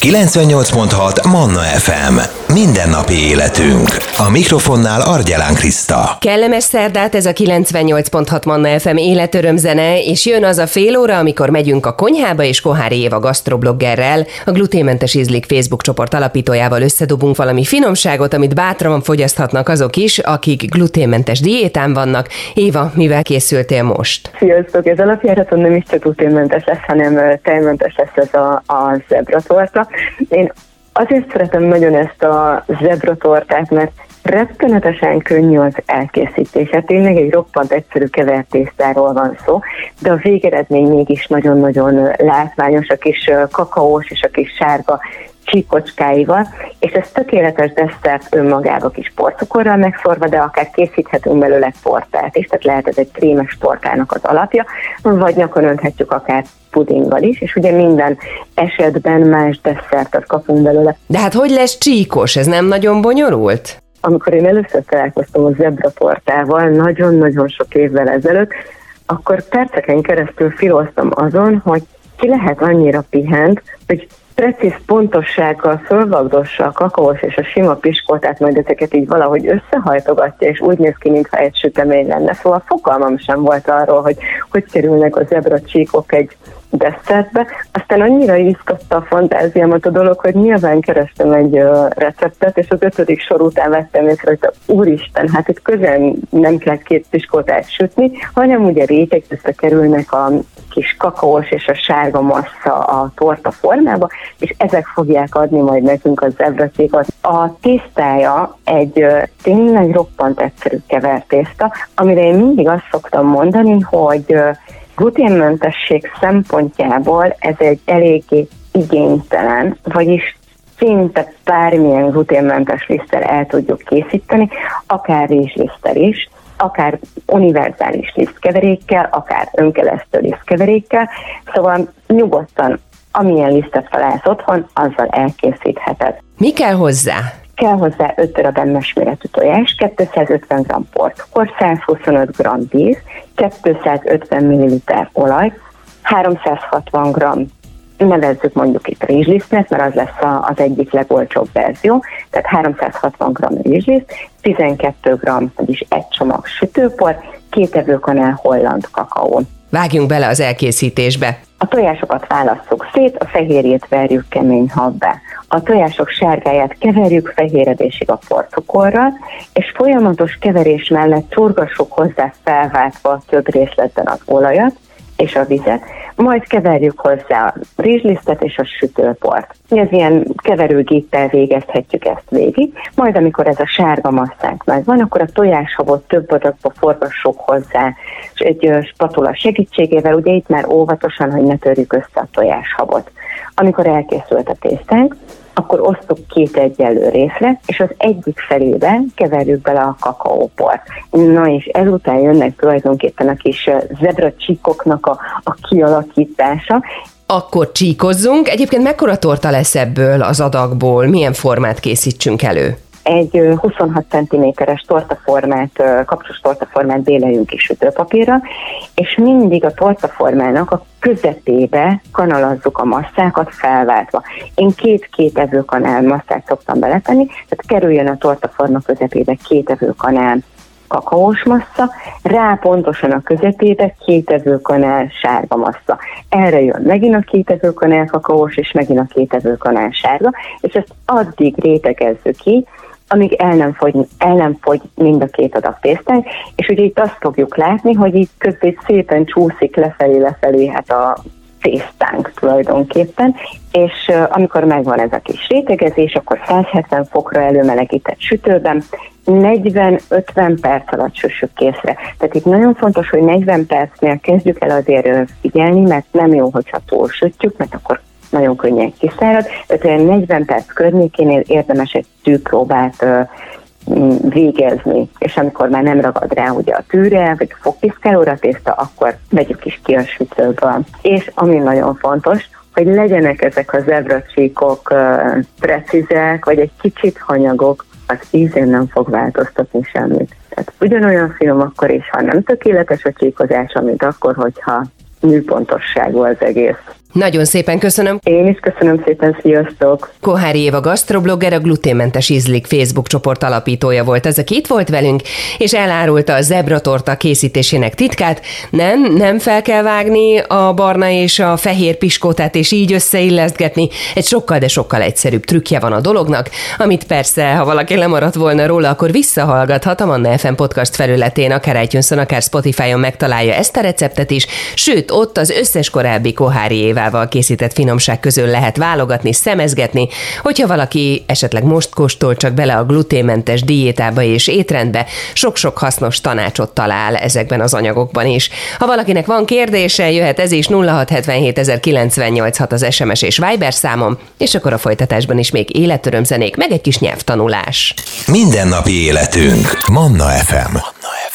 98.6 Manna FM. Mindennapi életünk. A mikrofonnál Argyelán Kriszta. Kellemes szerdát, ez a 98.6 Manna FM életörömzene, és jön az a fél óra, amikor megyünk a konyhába, és Kohári Éva gasztrobloggerrel, a Gluténmentes Ízlik Facebook csoport alapítójával összedobunk valami finomságot, amit bátran fogyaszthatnak azok is, akik gluténmentes diétán vannak. Éva, mivel készültél most? Sziasztok! Ez alapjáraton nem is csak gluténmentes lesz, hanem tejmentes lesz ez a zebratorta. Én azért szeretem nagyon ezt a zebratortát, mert rettenetesen könnyű az elkészítése. Tényleg egy roppant egyszerű kevert tésztáról van szó, de a végeredmény mégis nagyon-nagyon látványos, a kis kakaós és a kis sárga csíkocskáival, és ez tökéletes desszert önmagába kis porcukorral megszorva, de akár készíthetünk belőle tortát is, tehát lehet ez egy krémes tortának az alapja, vagy nyakon önthetjük akár pudinggal is, és ugye minden esetben más desszertet kapunk belőle. De hát hogy lesz csíkos? Ez nem nagyon bonyolult? Amikor én először találkoztam a zebratortával, nagyon-nagyon sok évvel ezelőtt, akkor perceken keresztül filóztam azon, hogy ki lehet annyira pihent, hogy precíz pontossággal fölvagdossa a kakaós és a sima piskoltát, majd ezeket így valahogy összehajtogatja, és úgy néz ki, mintha egy sütemény lenne. Szóval fogalmam sem volt arról, hogy kerülnek a zebracsíkok egy desszertbe. Aztán annyira izgatta a fantáziámat a dolog, hogy nyilván kerestem egy receptet, és az 5. sor után vettem észre, hogy úristen, hát itt közel nem kell 2 piskoltát sütni, hanem ugye rétegbe kerülnek a kis kakaós és a sárga massza a torta formába, és ezek fogják adni majd nekünk a zebracsíkot. A tésztája egy tényleg roppant egyszerű kevert tészta, amire én mindig azt szoktam mondani, hogy gluténmentesség szempontjából ez egy eléggé igénytelen, vagyis szinte bármilyen gluténmentes liszttel el tudjuk készíteni, akár rizsliszttel is, akár univerzális lisztkeverékkel, akár önkeresztő lisztkeverékkel, szóval nyugodtan, amilyen lisztet találsz otthon, azzal elkészítheted. Mi kell hozzá? Kell hozzá 5 darab emmes méretű tojás, 250 g porcukor, 125 g víz, 250 ml olaj, 360 g, nevezzük mondjuk itt rizslisztnek, mert az lesz az egyik legolcsóbb verzió, tehát 360 g rizsliszt, 12 g, vagyis egy csomag sütőpor, 2 evőkanál holland kakaó. Vágjunk bele az elkészítésbe. A tojásokat válasszuk szét, a fehérjét verjük kemény havba. A tojások sárgáját keverjük fehéredésig a porcukorral, és folyamatos keverés mellett csorgassuk hozzá felváltva több részletben az olajat és a vizet, majd keverjük hozzá a rizslisztet és a sütőport. Ez ilyen keverőgéppel végezhetjük ezt végig, majd amikor ez a sárga masszánk megvan, akkor a tojáshabot több adagba forgassuk hozzá egy spatula segítségével, ugye itt már óvatosan, hogy ne törjük össze a tojáshabot. Amikor elkészült a tésztánk, akkor osztuk 2 egyenlő részre, és az egyik felébe keverjük bele a kakaóport. Na és ezután jönnek tulajdonképpen a kis zebracsíkoknak a kialakítása. Akkor csíkozzunk. Egyébként mekkora torta lesz ebből az adagból? Milyen formát készítsünk elő? Egy 26 cm-es tortaformát, kapcsos tortaformát béleljünk ki sütőpapírra, és mindig a tortaformának a közepébe kanalazzuk a masszákat felváltva. Én 2 evőkanál masszát szoktam beletenni, tehát kerüljön a tortaforma közepébe 2 evőkanál kakaós massza, rá pontosan a közepébe 2 evőkanál sárga massza. Erre jön megint a 2 evőkanál kakaós, és megint a 2 evőkanál sárga, és ezt addig rétegezzük ki, amíg el nem fogy mind a 2 adag tésztánk, és ugye itt azt fogjuk látni, hogy itt közben szépen csúszik lefelé hát a tésztánk tulajdonképpen, és amikor megvan ez a kis rétegezés, akkor 170 fokra előmelegített sütőben 40-50 perc alatt süssük készre. Tehát itt nagyon fontos, hogy 40 percnél kezdjük el azért figyelni, mert nem jó, hogyha túlsütjük, mert akkor nagyon könnyen kiszárad, tehát olyan 40 perc környékénél érdemes egy tűpróbát végezni, és amikor már nem ragad rá ugye a tűre, vagy a fogpiszkálóra tészta, akkor vegyük is ki a sütőből. És ami nagyon fontos, hogy legyenek ezek a zebracsíkok precízek, vagy egy kicsit hanyagok, az ízén nem fog változtatni semmit. Tehát ugyanolyan finom akkor is, ha nem tökéletes a csíkozás, mint akkor, hogyha műpontosságú az egész. Nagyon szépen köszönöm. Én is köszönöm szépen, sziasztok! Koháry Éva gasztroblogger, a Gluténmentes Ízlik Facebook csoport alapítója volt az, aki itt volt velünk, és elárulta a zebratorta készítésének titkát. Nem fel kell vágni a barna és a fehér piskótát, és így összeillesztgetni. Egy sokkal, de sokkal egyszerűbb trükkje van a dolognak, amit persze, ha valaki lemaradt volna róla, akkor visszahallgathat a Manna FM podcast felületén, akár iTunes-on, akár Spotify-on megtalálja ezt a receptet is, sőt, ott az összes korábbi Koháry Évával készített finomság közül lehet válogatni, szemezgetni, hogyha valaki esetleg most kóstol csak bele a gluténmentes diétába és étrendbe, sok-sok hasznos tanácsot talál ezekben az anyagokban is. Ha valakinek van kérdése, jöhet ez is 0677 0986 az SMS és Viber számom, és akkor a folytatásban is még életörömzenék, meg egy kis nyelvtanulás. Mindennapi életünk. Manna FM.